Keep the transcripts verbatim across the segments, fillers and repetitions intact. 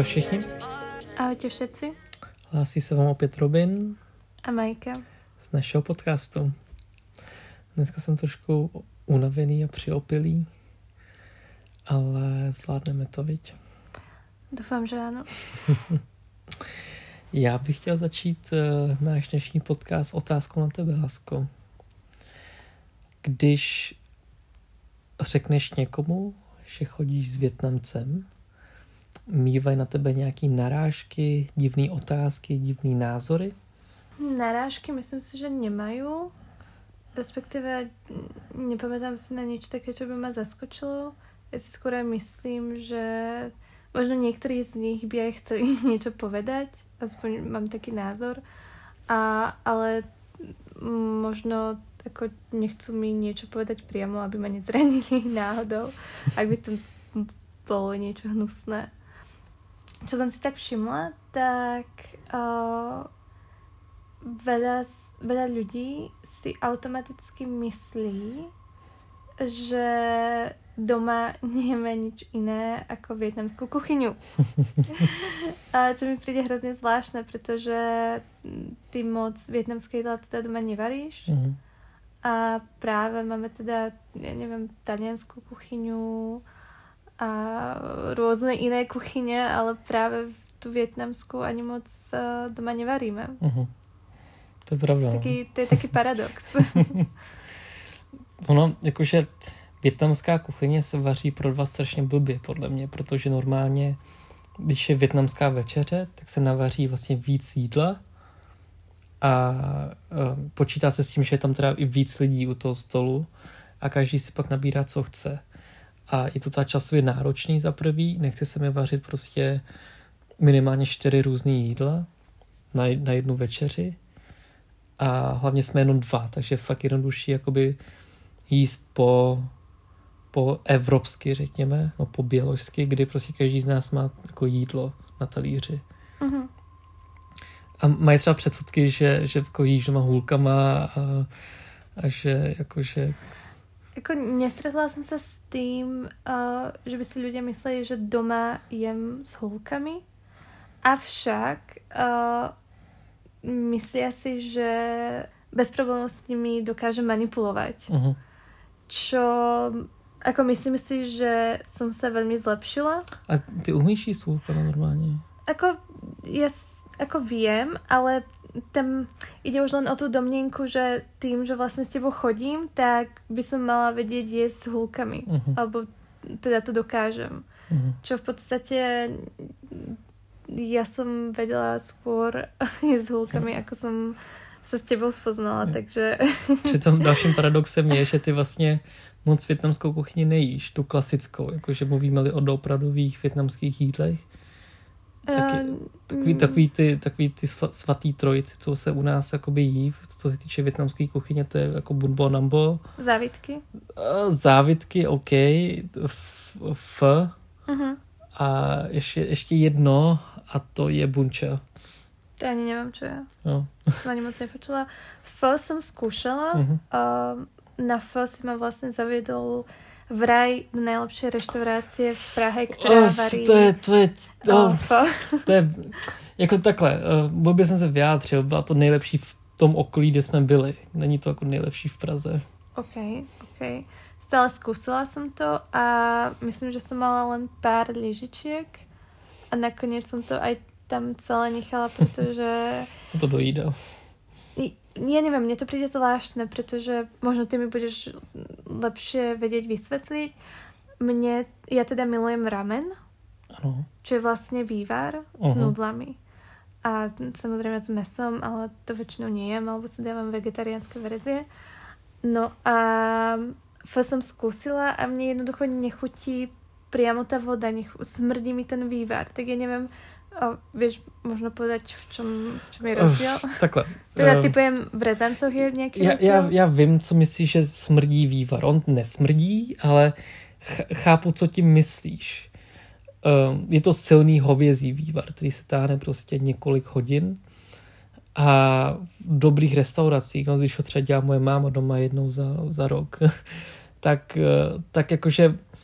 Ahoj všichni. Ahojte všetci. Hlásí se vám opět Robin. A Majka. Z našeho podcastu. Dneska jsem trošku unavený a přiopilý, ale zvládneme to, viď? Doufám, že ano. Já bych chtěl začít uh, náš dnešní podcast otázkou na tebe, Hasko. Když řekneš někomu, že chodíš s Vietnamcem, mívají na tebe nějaký narážky, divné otázky, divné názory? Narážky myslím si, že nemají. Respektive nepamätám si na nič také, čo by ma zaskočilo. Ja si skôr aj myslím, že možno niektorí z nich by aj chceli niečo povedať. Aspoň mám taký názor. A, ale možno ako nechcú mi niečo povedať priamo, aby ma nezranili náhodou. Ak by to bolo niečo hnusné. Čo som si tak všimla, tak uh, veľa, veľa ľudí si automaticky myslí, že doma nejeme nič iné ako vietnamskú kuchyňu. A čo mi príde hrozne zvláštne, pretože ty moc vietnamské jedla teda doma nevaríš. Mm-hmm. A práve máme teda, ja neviem, taliansku kuchyňu a rôzne iné kuchyne, ale práve tú vietnamskú ani moc uh, doma nevaríme. Uh-huh. To je pravda. Taký, to je taký paradox. Ono, jakože vietnamská kuchyně se vaří pro dva strašně blbě, podle mě, protože normálně, když je vietnamská večeře, tak se navaří vlastně víc jídla a uh, počítá se s tím, že je tam teda i víc lidí u toho stolu a každý si pak nabírá, co chce. A je to tak časově náročný za prvý, nechce se mi vařit prostě minimálně čtyři různý jídla na, na jednu večeři a hlavně jsme jenom dva, takže je fakt jednodušší jakoby jíst po, po evropsky, řekněme, no po běložsky, kdy prostě každý z nás má jako jídlo na talíři. Mm-hmm. A mají třeba předsudky, že, že jako jíš doma hůlkama a, a že jakože Ako nestretla som sa s tým, uh, že by si ľudia mysleli, že doma jem s húlkami. Avšak uh, myslia si, že bez problémov s nimi dokážem manipulovať. Uh-huh. Čo, ako myslím si, že som sa veľmi zlepšila. A ty umíš jíst s húlkami normálne? Ako, ja ako viem, ale tam ide už len o tú domnienku, že tým, že vlastne s tebou chodím, tak by som mala vedieť jesť s húlkami. Uh-huh. Alebo teda to dokážem. Uh-huh. Čo v podstate ja som vedela skôr jesť s húlkami, uh-huh. ako som sa s tebou spoznala, uh-huh. takže... Přitom dalším paradoxem je, že ty vlastně moc vietnamskou kuchyni nejíš, tu klasickou, jakože mluvíme-li o opravdových vietnamských jídlech. Taky, takový, takový, ty, takový ty svatý trojici, co se u nás jakoby jí, co se týče vietnamské kuchyně, to je jako bun bo nam bo. Závitky. Závitky, OK. F. f uh-huh. A ještě, ještě jedno a to je bunča. To ani nevím, čo je. No. To jsem ani moc nepočula. F jsem zkoušela. Uh-huh. Uh, na F si ma vlastně zaviedol vraj do najlepšej reštaurácie v Prahe, která oh, varí... To je, to je, to, oh, to je, jako takhle, blbě jsem se vyjádřil, byla to nejlepší v tom okolí, kde jsme byli. Není to jako nejlepší v Praze. OK, OK. Stále skúsila som to a myslím, že som mala len pár lyžičiek a nakoniec som to aj tam celé nechala, pretože... Som to dojídal. Ja neviem, mne to príde zvláštne, pretože možno ty mi budeš lepšie vedieť vysvetliť. Mne, ja teda milujem ramen, ano. Čo je vlastne vývar uh-huh. s nudlami. A samozrejme s mesom, ale to väčšinou nie jem, alebo si dávam vegetariánske verzie. No a f som skúsila a mne jednoducho nechutí priamo tá voda, nech smrdí mi ten vývar. Tak ja neviem, a vieš možno povedať, v čom, v čom je rozdiel? Uh, takhle. Teda typujem, v rezancoch je nějaký já, rozdíl? Já, já vím, co myslíš, že smrdí vývar. On nesmrdí, ale ch- chápu, co tím myslíš. Uh, je to silný hovězí vývar, který se táhne prostě několik hodin a v dobrých restauracích, no, když ho třeba dělá moje máma doma jednou za, za rok, tak, uh, tak jakože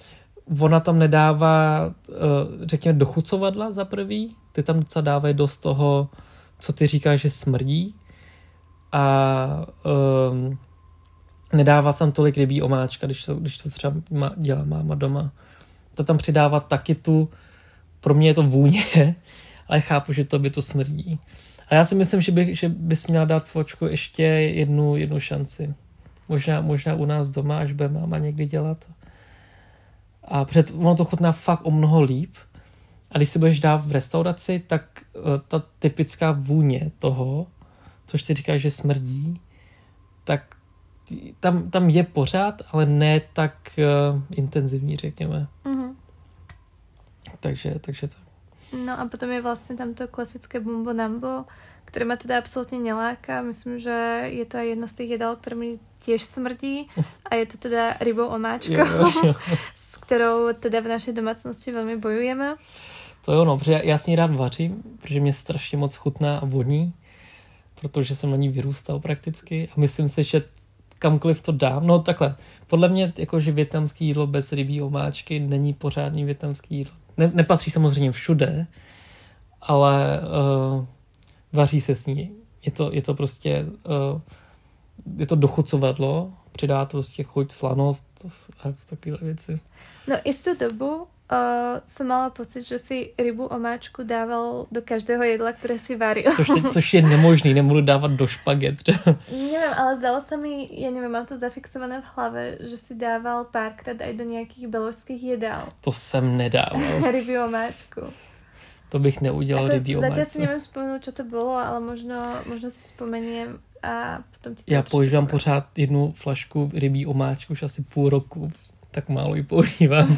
ona tam nedává, řekněme, dochucovadla za prvý. Ty tam docela dávají dost toho, co ty říkáš, že smrdí. A um, nedává tam tolik rybí omáčka, když to, když to třeba má, dělá máma doma. To tam přidává taky tu, pro mě je to vůně, ale chápu, že to by to smrdí. A já si myslím, že, by, že bys měla dát fočku ještě jednu, jednu šanci. Možná, možná u nás doma, až bude máma někdy dělat. A před, ono to chutná fakt o mnoho líp. A když si budeš dát v restauraci, tak uh, ta typická vůně toho, což ty říkáš, že smrdí, tak tam, tam je pořád, ale ne tak uh, intenzivní, řekněme. Mm-hmm. Takže, takže tak. No a potom je vlastně tam to klasické bumbo nambo, které ma teda absolútne neláka. Myslím, že je to aj jedno z tých jedál, ktoré mi tiež smrdí. A je to teda rybou omáčkou, s ktorou teda v našej domácnosti veľmi bojujeme. To jo, no, protože já, já s ní rád vařím, protože mě strašně moc chutná a voní, protože jsem na ní vyrůstal prakticky a myslím si, že kamkoliv to dám, no takhle, podle mě jakože vietnamský jídlo bez rybí omáčky není pořádný vietnamský jídlo. Ne, nepatří samozřejmě všude, ale uh, vaří se s ní. Je to, je to prostě uh, je to dochucovadlo, přidá to prostě chuť, slanost a takové věci. No istú dobu Uh, som mala pocit, že si rybu omáčku dával do každého jedla, ktoré si varil. Což, te, což je nemožný, nebudu dávat do špaget. Neviem, ale zdalo sa mi, ja neviem, mám to zafixované v hlave, že si dával párkrát aj do nejakých beložských jedál. To jsem nedával. Rybu omáčku. To bych neudělal Ako, rybí omáčku. Zatiaľ si neviem spomenúť, čo to bolo, ale možno, možno si spomeniem a potom ti to Já používám pořád jednu flašku rybí omáčku už asi půl roku, tak málo ji používám.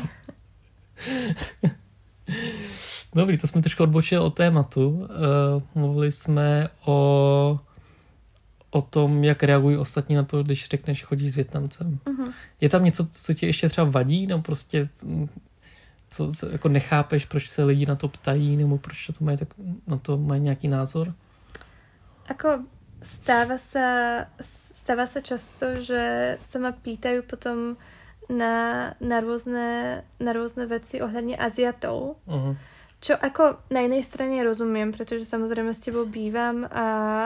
Dobrý, to jsme trošku odbočili od tématu. Uh, mluvili jsme o, o tom, jak reagují ostatní na to, když řekneš, že chodíš s Vietnamcem. Uh-huh. Je tam něco, co ti ještě třeba vadí? Nebo prostě co, jako nechápeš, proč se lidi na to ptají, nebo proč to mají tak, na to mají nějaký názor? Ako stáva sa, stáva sa často, že sa ma pýtajú potom na, na, rôzne, na rôzne veci ohľadne Aziatov. Uh-huh. Čo ako na jednej strane rozumiem, pretože samozrejme s tebou bývam a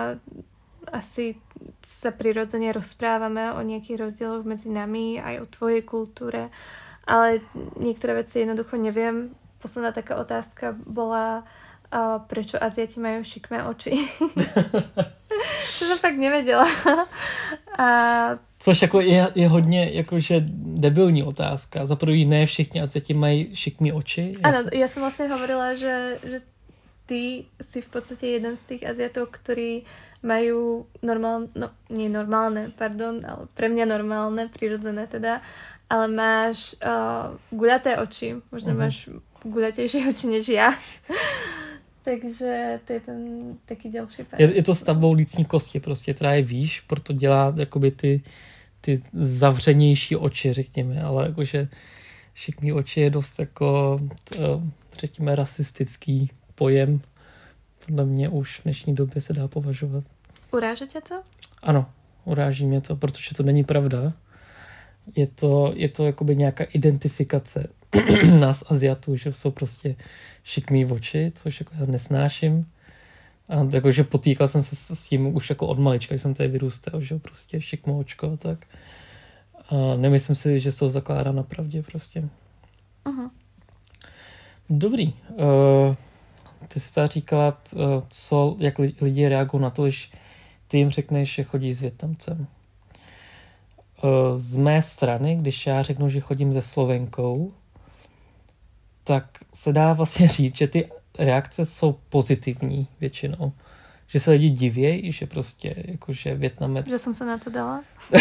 asi sa prirodzene rozprávame o nejakých rozdieloch medzi nami aj o tvojej kultúre, ale niektoré veci jednoducho neviem. Posledná taká otázka bola, uh, prečo Aziati majú šikmé oči. To jsem fakt nevěděla. A... Což jako je, je hodně jakože debilní otázka. Za první ne všichni Aziati mají šikmý oči. Já ano, jsem... já jsem vlastně hovorila, že, že ty si v podstatě jeden z těch Aziatov, ktorí majú normálne, no nie normálne, pardon, ale pre mňa normálne, prirodzené teda, ale máš uh, guľaté oči. Možno uh-huh. máš guľatejšie oči než ja. Takže to je ten taky další pár. Je, je to stavbou lícní kosti prostě, která je výš, proto dělá jakoby ty, ty zavřenější oči, řekněme, ale jakože šikmý oči je dost jako, řekněme, rasistický pojem. Podle mě už v dnešní době se dá považovat. Uráží tě to? Ano, uráží mě to, protože to není pravda. Je to, je to jakoby nějaká identifikace nás Aziatů, že jsou prostě šikmý oči, což jako já nesnáším. A jakože potýkal jsem se s tím už jako od malička, když jsem tady vyrůstal, že prostě šikmé očko a tak. A nemyslím si, že jsou zakládá na pravdě prostě. Uh-huh. Dobrý. Uh, ty jsi tady říkala, uh, co, jak lidi reagují na to, když ty jim řekneš, že chodíš s Vietnamcem. Uh, z mé strany, když já řeknu, že chodím se Slovenkou, tak se dá vlastně říct, že ty reakce jsou pozitivní většinou. Že se lidi divějí, že prostě jakože Vietnamec... Že jsem se na to dala?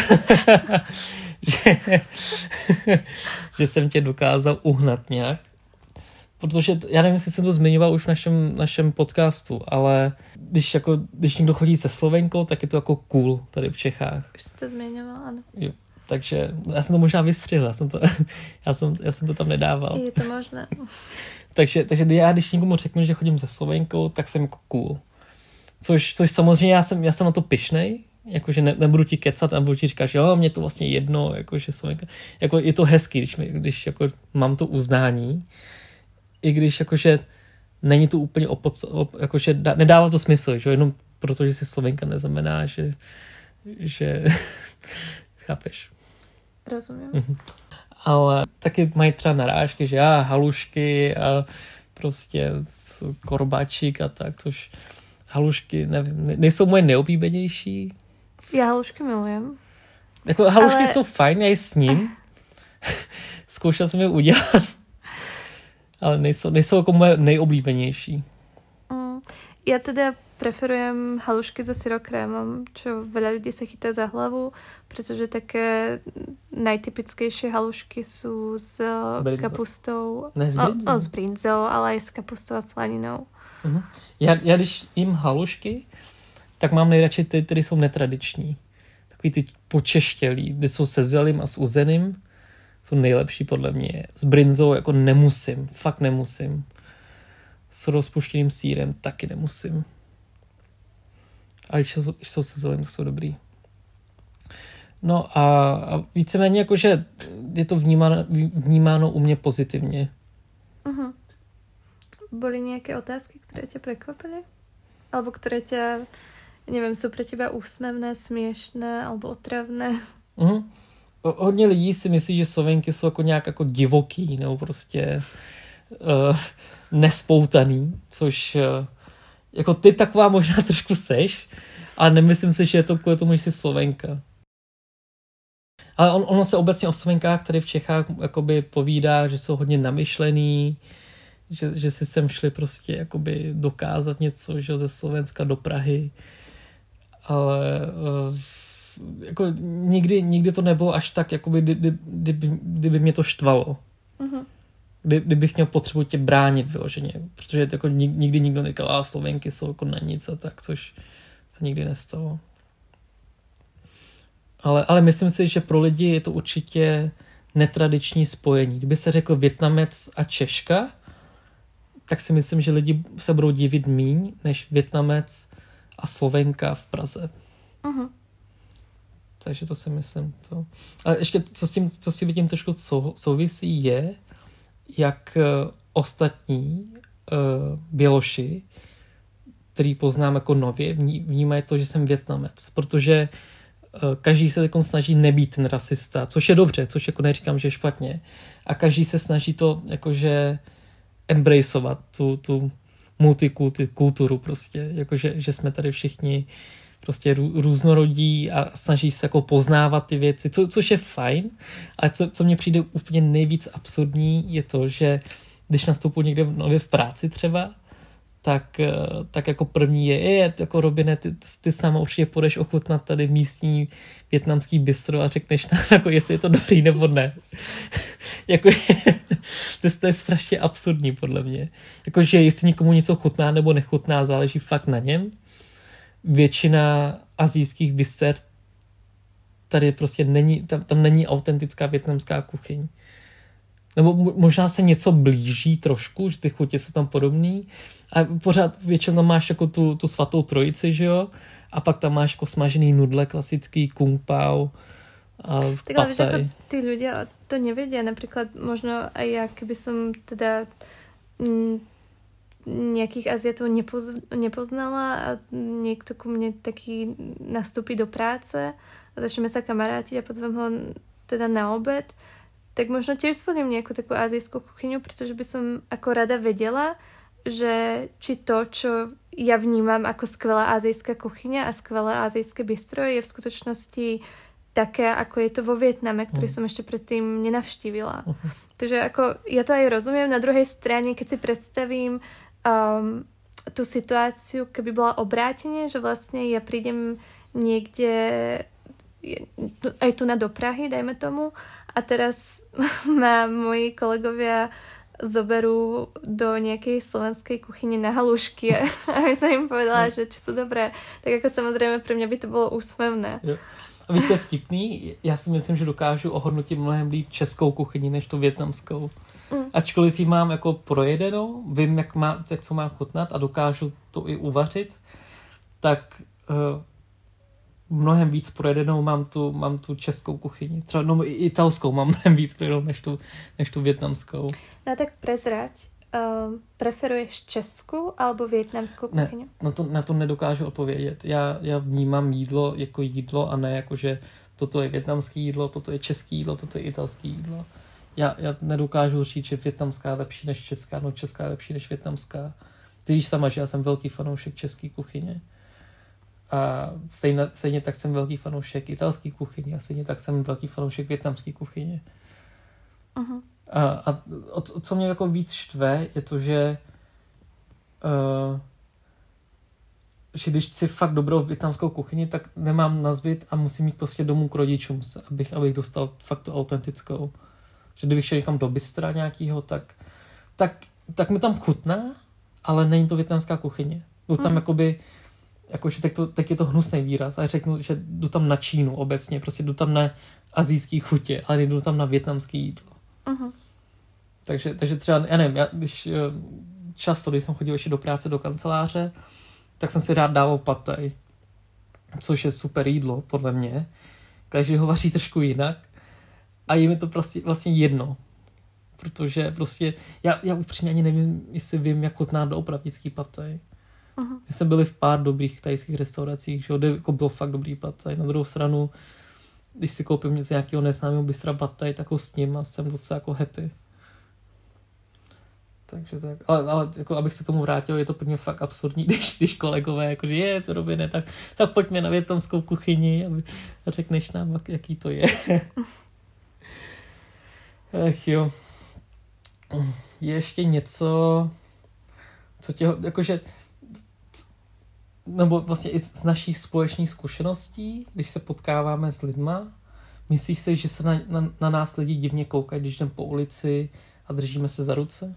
že, že jsem tě dokázal uhnat nějak. Protože, já nevím, jestli jsem to zmiňoval už v našem, našem podcastu, ale když, jako, když někdo chodí se Slovenkou, tak je to jako cool tady v Čechách. Už jsi to zmiňoval, ano. Jo. Takže já jsem to možná vystřihl, já jsem to, já jsem, já jsem to tam nedával. Je to možné. takže, takže já, když někomu řeknu, že chodím se Slovenkou, tak jsem jako cool. Což, což samozřejmě já jsem, já jsem na to pyšnej, Jakože ne, nebudu ti kecat a budu ti říkat, že jo, mě to vlastně jedno, jakože slovenka. Jako je to hezký, když, mi, když jako mám to uznání, i když jakože není to úplně opoc, op, jakože da, nedává to smysl, že jenom protože jsi slovenka neznamená, že, že chápeš. Rozumím. Mhm. Ale taky mají třeba narážky, že já halušky a prostě korbáčik a tak, což halušky, nevím, nejsou moje nejoblíbenější. Já halušky milujem. Jako halušky ale... jsou fajn, já je s ním. Zkoušel jsem je udělat. Ale nejsou, nejsou jako moje nejoblíbenější. Mm, ja teda preferujem halušky so syrokrémom, čo veľa ľudí sa chytá za hlavu, pretože také najtypickejšie halušky sú s Brinzo. kapustou. Ne, s o, brinzou. o, s brinzou, ale aj s kapustou a slaninou. Uh-huh. Já, já když jím halušky, tak mám nejradši ty, které jsou netradiční. Takový ty počeštělý, kde jsou se zelím a s uzeným. Jsou nejlepší podle mě. S brinzou jako nemusím. Fakt nemusím. S rozpuštěným sýrem taky nemusím. Ale když jsou, když jsou se zelím, tak jsou dobrý. No a, a víceméně jakože je to vnímáno, vnímáno u mě pozitivně. Uh-huh. Boli nejaké otázky, ktoré ťa prekvapili? Alebo ktoré ťa, neviem, sú pre teba úsmevné, smiešné alebo otravné? Uh-huh. Hodně lidí si myslí, že Slovenky jsou jako nějak jako divoký nebo prostě uh, nespoutaný, což uh, jako ty taková možná trošku seš, ale nemyslím si, že je to kvůli tomu, že jsi Slovenka. Ale on, ono se obecně o Slovenkách tady v Čechách jakoby povídá, že jsou hodně namyšlený, že, že si sem šli prostě jakoby dokázat něco, že ze Slovenska do Prahy, ale uh, jako nikdy, nikdy to nebylo až tak, jakoby, kdy, kdyby, kdyby mě to štvalo. Uh-huh. Kdy, kdybych měl potřebu tě bránit vyloženě, protože jako nikdy nikdo neříkal, a Slovenky jsou jako na nic a tak, což se nikdy nestalo. Ale, ale myslím si, že pro lidi je to určitě netradiční spojení. Kdyby se řekl Vietnamec a Češka, tak si myslím, že lidi se budou divit míň, než Vietnamec a Slovenka v Praze. Uh-huh. Takže to si myslím. To. Ale ještě, co s tím, co si vidím trošku souvisí, je, jak uh, ostatní uh, Běloši, který poznám jako nově, vnímají to, že jsem Vietnamec. Protože uh, každý se jako snaží nebýt ten rasista, což je dobře, což jako neříkám, že je špatně. A každý se snaží to jakože embraceovat, tu, tu multikulturu prostě. Jakože že jsme tady všichni prostě rů, různorodí a snaží se jako poznávat ty věci, co, což je fajn, ale co, co mně přijde úplně nejvíc absurdní, je to, že když nastupuji někde nově v práci třeba, tak, tak jako první je, je jako Robine, ty, ty sama určitě půjdeš ochutnat tady místní vietnamský bistro a řekneš nám, jako jestli je to dobrý nebo ne. jako, to, to je strašně absurdní podle mě. Jakože jestli někomu něco chutná nebo nechutná, záleží fakt na něm. Většina asijských bister tady prostě není, tam, tam není autentická vietnamská kuchyň. Nebo možná se něco blíží trošku, že ty chutě jsou tam podobný, a pořád většinou tam máš jako tu, tu svatou trojici, že jo? A pak tam máš jako smažený nudle, klasický kung pao a tak ale víš, ako tí ľudia to nevedia. Napríklad možno aj ja, keby som teda m, nejakých Aziatov nepoz, nepoznala a niekto ku mne taký nastúpi do práce a začneme sa kamarátiť a pozvem ho teda na obed, tak možno tiež zvolím nejakú takú azijskú kuchyňu, pretože by som ako rada vedela, že či to, čo ja vnímam ako skvelá azijská kuchyňa a skvelé azijské bistro je v skutočnosti také, ako je to vo Vietname, ktorý mm. som ešte predtým nenavštívila. Uh-huh. Takže ako ja to aj rozumiem. Na druhej strane, keď si predstavím um, tú situáciu, keby bola obrátenie, že vlastne ja prídem niekde aj tu na do Prahy, dajme tomu, a teraz ma moji kolegovia zoberú do nejakej slovenskej kuchyne na halušky a aby som im povedala, že či sú dobré, tak ako samozrejme pre mňa by to bolo úsmevné. Jo. A víc je vtipný, já si myslím, že dokážu ohodnotit mnohem líp českou kuchyni než tu vietnamskou. Mm. Ačkoliv ji mám jako projedenou, vím, jak, má, jak co mám chutnat a dokážu to i uvařit, tak uh, mnohem víc projedenou, mám tu, mám tu českou kuchyni. Třeba no, i italskou mám mnohem víc projedenou než tu, než tu vietnamskou. No tak prezrať, uh, preferuješ českou alebo vietnamskou kuchyni? Ne, na to, na to nedokážu odpovědět. Já, já vnímám jídlo jako jídlo a ne jako, že toto je vietnamské jídlo, toto je české jídlo, toto je italské jídlo. Já, já nedokážu říct, že vietnamská je lepší než česká, no česká je lepší než vietnamská. Ty víš sama, že já jsem velký fanoušek české kuchyně. A stejně, stejně tak jsem velký fanoušek italské kuchyně a stejně tak jsem velký fanoušek vietnamské kuchyně. Uh-huh. A, a o, co mě jako víc štve, je to, že uh, že když chci fakt dobrou vietnamskou kuchyni, tak nemám na zbyt a musím jít prostě domů k rodičům, abych, abych dostal fakt tu autentickou. Že kdybych šel někam do bystra nějakýho, tak, tak, tak mi tam chutná, ale není to vietnamská kuchyně. Jdu tam mm. jakoby, jakože tak, to, tak je to hnusný výraz, ale řeknu, že jdu tam na Čínu obecně, prostě jdu tam na asijský chutě, ale jdu tam na vietnamský jídlo. Mm. Takže, takže třeba, já nevím, já, když často, když jsem chodil ještě do práce, do kanceláře, tak jsem si rád dával pad thai, což je super jídlo, podle mě. Každý ho vaří trošku jinak a je mi to prostě vlastně jedno. Protože prostě, já, já upřímně ani nevím, jestli vím, jak chutná doopravdický pad thai. Uh-huh. My jsme byli v pár dobrých thajských restauracích, že jako byl fakt dobrý pad thai. Na druhou stranu, když si koupím z nějakého neznámého bystra pad thai, tak ho s ním a jsem docela jako happy. Takže tak, ale, ale jako abych se tomu vrátil, je to pro mě fakt absurdní, když, když kolegové jakože je to Robine, tak, tak pojďme na vietnamskou kuchyni a řekneš nám, jaký to je. Ach jo. Je ještě něco, co tě, jakože, nebo vlastně i z našich společných zkušeností, když se potkáváme s lidma, myslíš si, že se na, na, na nás lidi divně koukají, když jdem po ulici a držíme se za ruce?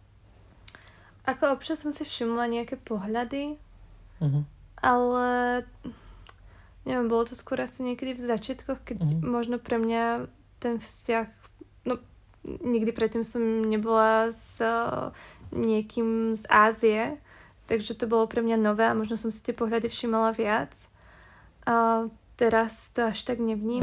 Ako občas som si všimla nejaké pohľady, uh-huh. ale neviem, bolo to skôr asi niekedy v začiatkoch, keď uh-huh. možno pre mňa ten vzťah, no nikdy predtým som nebola s uh, niekým z Ázie, takže to bolo pre mňa nové a možno som si tie pohľady všimala viac. A teraz to až tak nevnímam.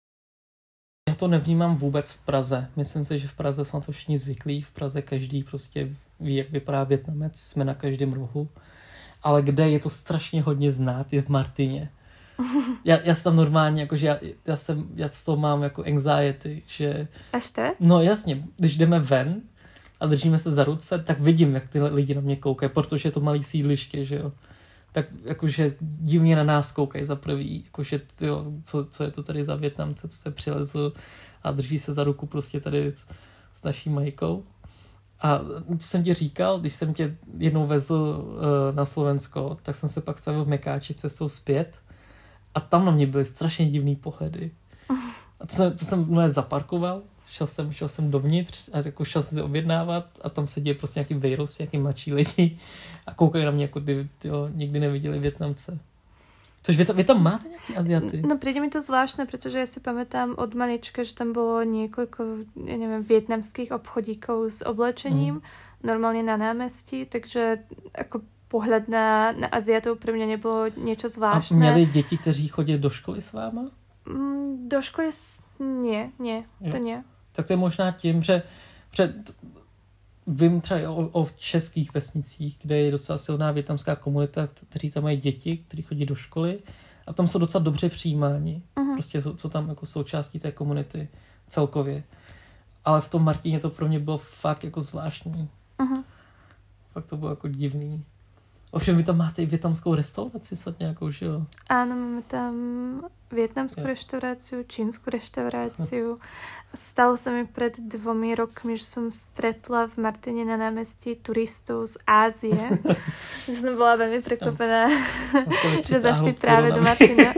Já to nevnímám vůbec v Praze. Myslím si, že v Praze jsou na to všichni zvyklí. V Praze každý prostě ví, jak vypadá Vietnamec. Jsme na každém rohu. Ale kde je to strašně hodně znát, je v Martině. Já, já jsem normálně, jakože já, já, jsem, já z toho mám jako anxiety, že... Až te? No jasně, když jdeme ven a držíme se za ruce, tak vidím, jak ty lidi na mě koukají, protože je to malý sídliště, že jo. Tak jakože divně na nás koukají za prvý, jakože tyjo, co, co je to tady za Vietnamce, co se přilezl a drží se za ruku prostě tady s, s naší Majkou. A co jsem ti říkal, když jsem tě jednou vezl uh, na Slovensko, tak jsem se pak stavil v Mekáči cestou zpět a tam na mě byly strašně divný pohledy. A to jsem, to jsem mnohé zaparkoval, šel jsem, šel jsem dovnitř a jako šel jsem si objednávat a tam se děje prostě nějaký virus, nějaký mladší lidi a koukají na mě, jako ty, tyjo, nikdy neviděli Vietnamce. Což vy, vy tam máte nějaký Aziaty? No príde mi to zvláštne, pretože ja si pamätám od malička, že tam bolo niekoľko, ja neviem, vietnamských obchodíkov s oblečením, mm. normálne na námestí, takže ako pohľad na, na Aziatov pre mňa nebolo niečo zvláštne. A měli děti, kteří chodili do školy s váma? Mm, do školy nie, nie, jo. To nie. Tak to je možná tím, že před, vím třeba o, o českých vesnicích, kde je docela silná vietnamská komunita, kteří tam mají děti, kteří chodí do školy a tam jsou docela dobře přijímáni. Uh-huh. Prostě jsou, jsou tam jako součástí té komunity celkově. Ale v tom Martině to pro mě bylo fakt jako zvláštní. Uh-huh. Fakt to bylo jako divný. Ovšem vy tam máte i vietnamskou restauraci snad nějakou, že jo? Áno, máme tam vietnamskú reštauráciu, čínsku reštauráciu. Stalo sa mi pred dvomi rokmi, že som stretla v Martine na námestí turistov z Ázie. Že som bola veľmi prekvapená, že zašli práve do Martina.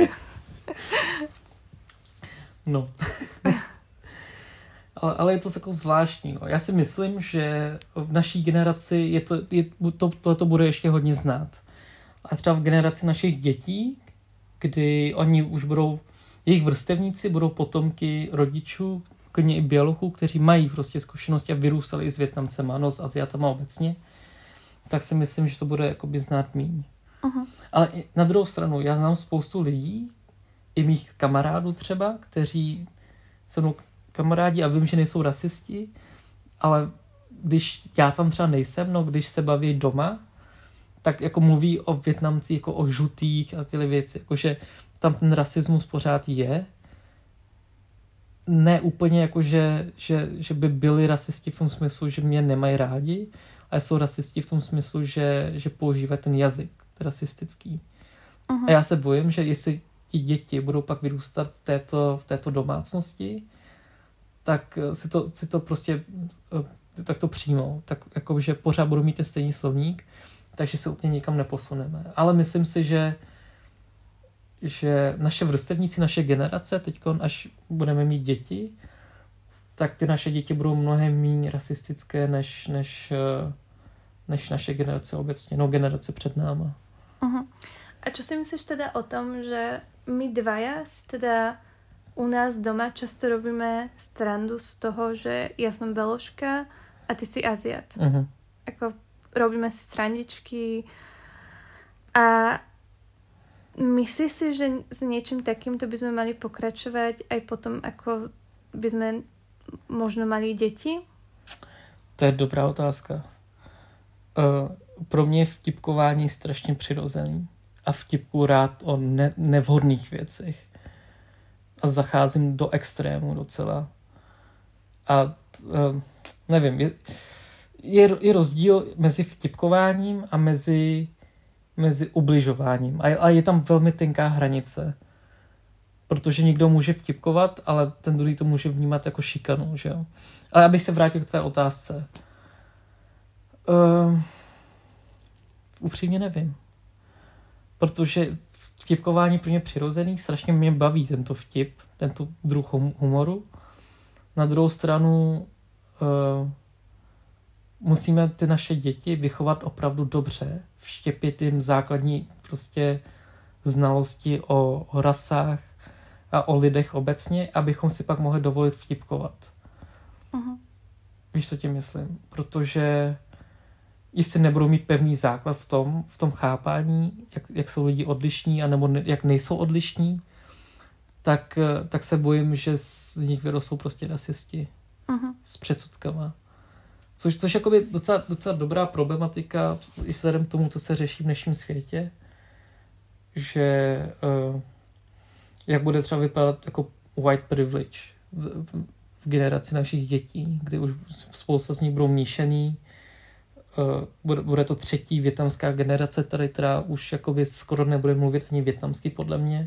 No. ale, ale je to jako zvláštní. No. Já si myslím, že v naší generaci je to, je, to, tohleto bude ještě hodně znát. A třeba v generaci našich dětí, kdy oni už budou, jejich vrstevníci budou potomky rodičů, klidně i bělochů, kteří mají prostě zkušenosti a vyrůstali i s Vietnamcema, no s Aziatama obecně, tak si myslím, že to bude jakoby znát míň. Uh-huh. Ale na druhou stranu, já znám spoustu lidí, i mých kamarádů třeba, kteří se mnou kamarádi a vím, že nejsou rasisti, ale když já tam třeba nejsem, no když se baví doma, tak jako mluví o Vietnamcích jako o žutých a takové věci, jakože tam ten rasismus pořád je. Ne úplně jako, že, že, že by byli rasisti v tom smyslu, že mě nemají rádi, ale jsou rasisti v tom smyslu, že, že používají ten jazyk rasistický. Uh-huh. A já se bojím, že jestli ti děti budou pak vyrůstat v této, v této domácnosti, tak si to, si to prostě tak to přijmou. Tak jako, že pořád budou mít ten stejný slovník, takže se úplně nikam neposuneme. Ale myslím si, že že naše vrstevníci, naše generace, teď až budeme mít děti, tak ty naše děti budou mnohem méně rasistické než, než, než naše generace obecně, no generace před náma. Uh-huh. A čo si myslíš teda o tom, že my dvaja teda u nás doma často robíme strandu z toho, že ja som Beložka a ty si Aziat. Uh-huh. Ako robíme si srandičky a myslíš si, že s niečím takýmto by sme mali pokračovať aj potom, ako by sme možno mali deti? To je dobrá otázka. Uh, pro mě je vtipkování strašně přirozený. A vtipku rád o ne- nevhodných věcech. A zacházím do extrému docela. A uh, nevím, je, je, je rozdíl mezi vtipkováním a mezi mezi ubližováním. A, a je tam velmi tenká hranice. Protože někdo může vtipkovat, ale ten druhý to může vnímat jako šikanu, že jo. Ale abych se vrátil k tvé otázce. Uh, upřímně nevím. Protože vtipkování pro mě přirozený, strašně mě baví tento vtip, tento druh humoru. Na druhou stranu uh, musíme ty naše děti vychovat opravdu dobře, vštěpit jim základní prostě znalosti o, o rasách a o lidech obecně, abychom si pak mohli dovolit vtipkovat. Uh-huh. Víš, co tím myslím? Protože jestli nebudou mít pevný základ v tom, v tom chápání, jak, jak jsou lidi odlišní, anebo ne, jak nejsou odlišní, tak, tak se bojím, že z nich vyrostou prostě rasisti. Uh-huh. S předsudkama. Což, což je docela, docela dobrá problematika i vzhledem k tomu, co se řeší v dnešním světě, že uh, jak bude třeba vypadat jako white privilege v, v generaci našich dětí, kdy už spousta z nich budou míšený, uh, bude, bude to třetí vietnamská generace tady, která už jakoby skoro nebude mluvit ani vietnamsky podle mě.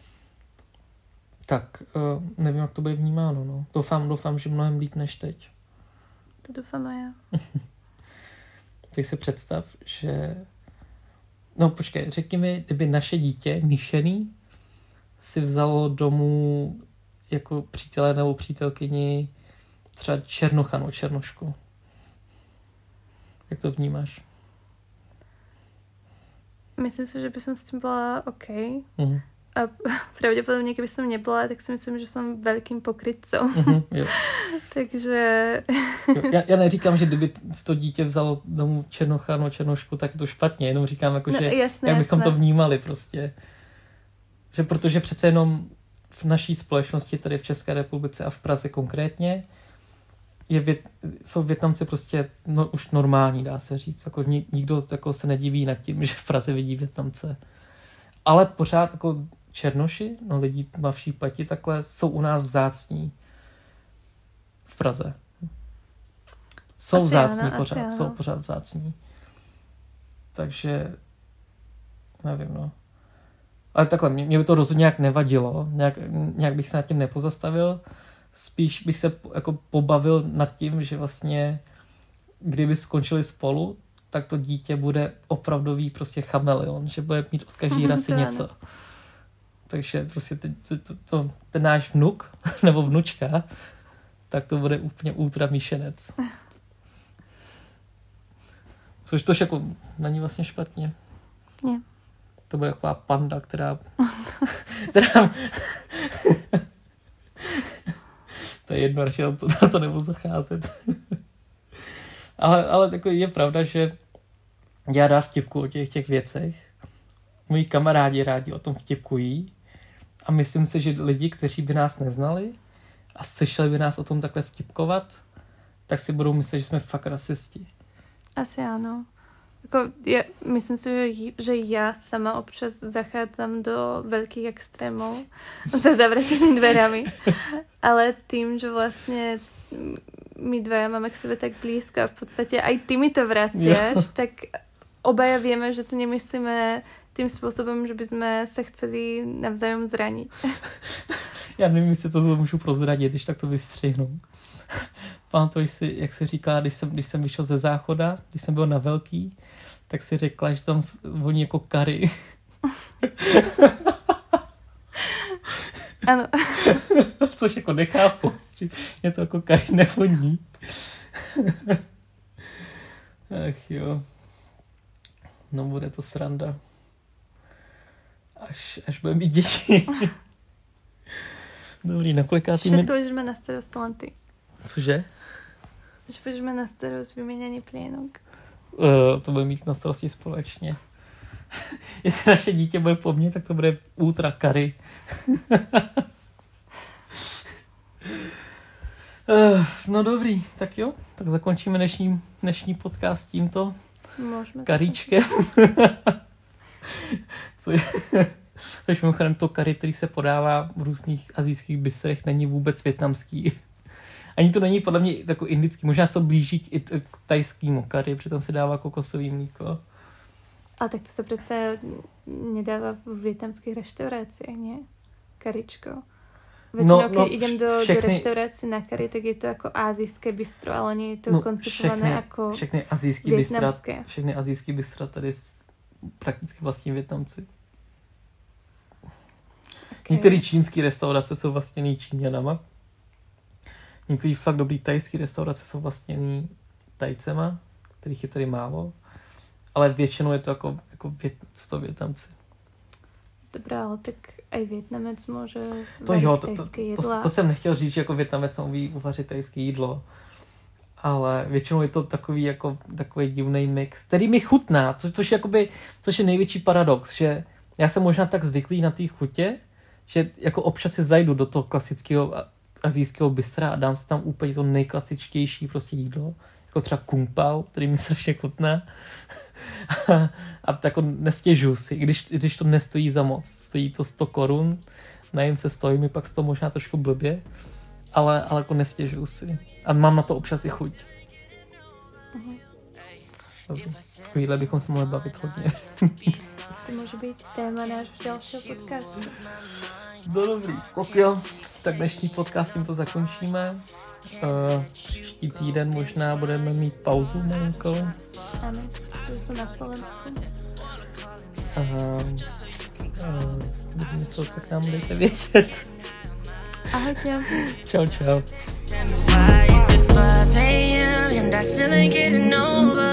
Tak uh, nevím, jak to bude vnímáno. No. Doufám, doufám, že mnohem líp než teď. To doufám a já. Tak si představ, že... No počkej, řekni mi, kdyby naše dítě, míšený, si vzalo domů jako přítele nebo přítelkyni třeba černocha nebo černošku. Jak to vnímáš? Myslím si, že by som s tým bola OK. Uh-huh. A pravdepodobne, keby som nebola, tak si myslím, že som veľkým pokrytcom. Uh-huh, jo. Takže... já, já neříkám, že kdyby to dítě vzalo domů černocha nebo černošku, tak je to špatně, jenom říkám, jako, no, že jasné, jak bychom jasné. to vnímali prostě. Že protože přece jenom v naší společnosti, tady v České republice a v Praze konkrétně, je vět, jsou Vietnamci prostě no, už normální, dá se říct. Jako, nikdo jako, se nediví nad tím, že v Praze vidí Vietnamce. Ale pořád jako černoši, no lidi tmavší pleti, takhle jsou u nás vzácní. V Praze. Jsou asi vzácní ano, pořád, asi jsou ano. pořád vzácní. Takže nevím, no. Ale takhle, mě, mě by to rozhodně nějak nevadilo, nějak, nějak bych se nad tím nepozastavil, spíš bych se jako pobavil nad tím, že vlastně kdyby skončili spolu, tak to dítě bude opravdový prostě chameleon, že bude mít od každý rasy něco. Takže prostě ten, to, to, to, ten náš vnuk, nebo vnučka, tak to bude úplně ultra míšenec. Což to jako není vlastně špatně. Nie. To bude taková panda, která... která to je jedno, že to, na to nebudu zacházet. ale ale jako je pravda, že já rád vtipku o těch, těch věcech. Moji kamarádi rádi o tom vtipkují. A myslím si, že lidi, kteří by nás neznali a slyšeli by nás o tom takhle vtipkovat, tak si budou myslet, že jsme fakt rasisti. Asi ano. Jako, ja, myslím si, že, že ja sama občas zachádzam do veľkých extrémov za zavretými dverami. Ale tým, že vlastne my dvaja máme k sebe tak blízko a v podstate aj ty mi to vraciaš, tak obaja vieme, že to nemyslíme tým spôsobom, že by sme sa chceli navzájom zraniť. Já nevím, jestli to můžu prozradit, když tak to vystřihnu. Pamatuješ si, jak se říkala, když jsem, když jsem vyšel ze záchoda, když jsem byl na velký, tak si řekla, že tam voní jako kary. Ano. Což jako nechápu, že mě to jako kary nevoní. Ach jo. No bude to sranda. Až, až budeme mít děti. Dobrý, na kolikátý Všetko budeš mať na starost len ty. Cože? Že budeš mať na starost vyměňanie plienok. Uh, to bude mít na starosti společně. Jestli naše dítě bude po mně, tak to bude ultra kary. uh, no dobrý, tak jo. Tak zakončíme dnešní, dnešní podcast tímto Môžeme karíčkem. Co je... Což mimochodem to kary, který se podává v různých asijských bistrech, není vůbec vietnamský. Ani to není podle mě jako indický. Možná se blíží k, k tajskému kary, přitom se dává kokosový mlíko. Ale tak to se přece nedává v vietnamských reštauráciách, nie? Karičko. Většinou, no, no, když idem do, všechny, do restaurací na kary, tak je to jako asijské bistro, ale nie je to no, koncipované všechny, jako všechny asijský vietnamské. Bistra, všechny asijský bistra tady prakticky vlastní Vietnamci. Okay. Některé čínské restaurace jsou vlastněný Číňanama. Některé fakt dobrý tajské restaurace jsou vlastněný Tajcema, kterých je tady málo. Ale většinou je to jako, jako vět, co to Vietnamci. Dobrá, ale tak aj Vietnamec může to vařit jo, to, tajské to, jídla. To, to jsem nechtěl říct, že jako Vietnamec umí uvařit tajské jídlo. Ale většinou je to takový jako takový divný mix, který mi chutná, co, což, jakoby, což je největší paradox, že já jsem možná tak zvyklý na té chutě, že jako občas si zajdu do toho klasického asijského bistra a dám si tam úplně to nejklasičtější prostě jídlo, jako třeba kung pao, který mi strašně chutná. a, a jako nestěžuju si, když, když to nestojí za moc. Stojí to sto korun, najím se stojí mi pak z toho možná trošku blbě, ale, ale jako nestěžuju si. A mám na to občas i chuť. Uh-huh. Dobrý. Takovýhle bychom se mohli bavit hodně. To může být téma nášho dalšího podcastu. No dobrý. Tak jo, tak dnešní podcast tímto zakončíme. Uh, příští týden možná budeme mít pauzu malinkou. Ano, už jsem na Slovensku. Aha. Uh, uh, něco, tak nám dejte vědět. Ahojte. Čau, čau. And I still ain't getting over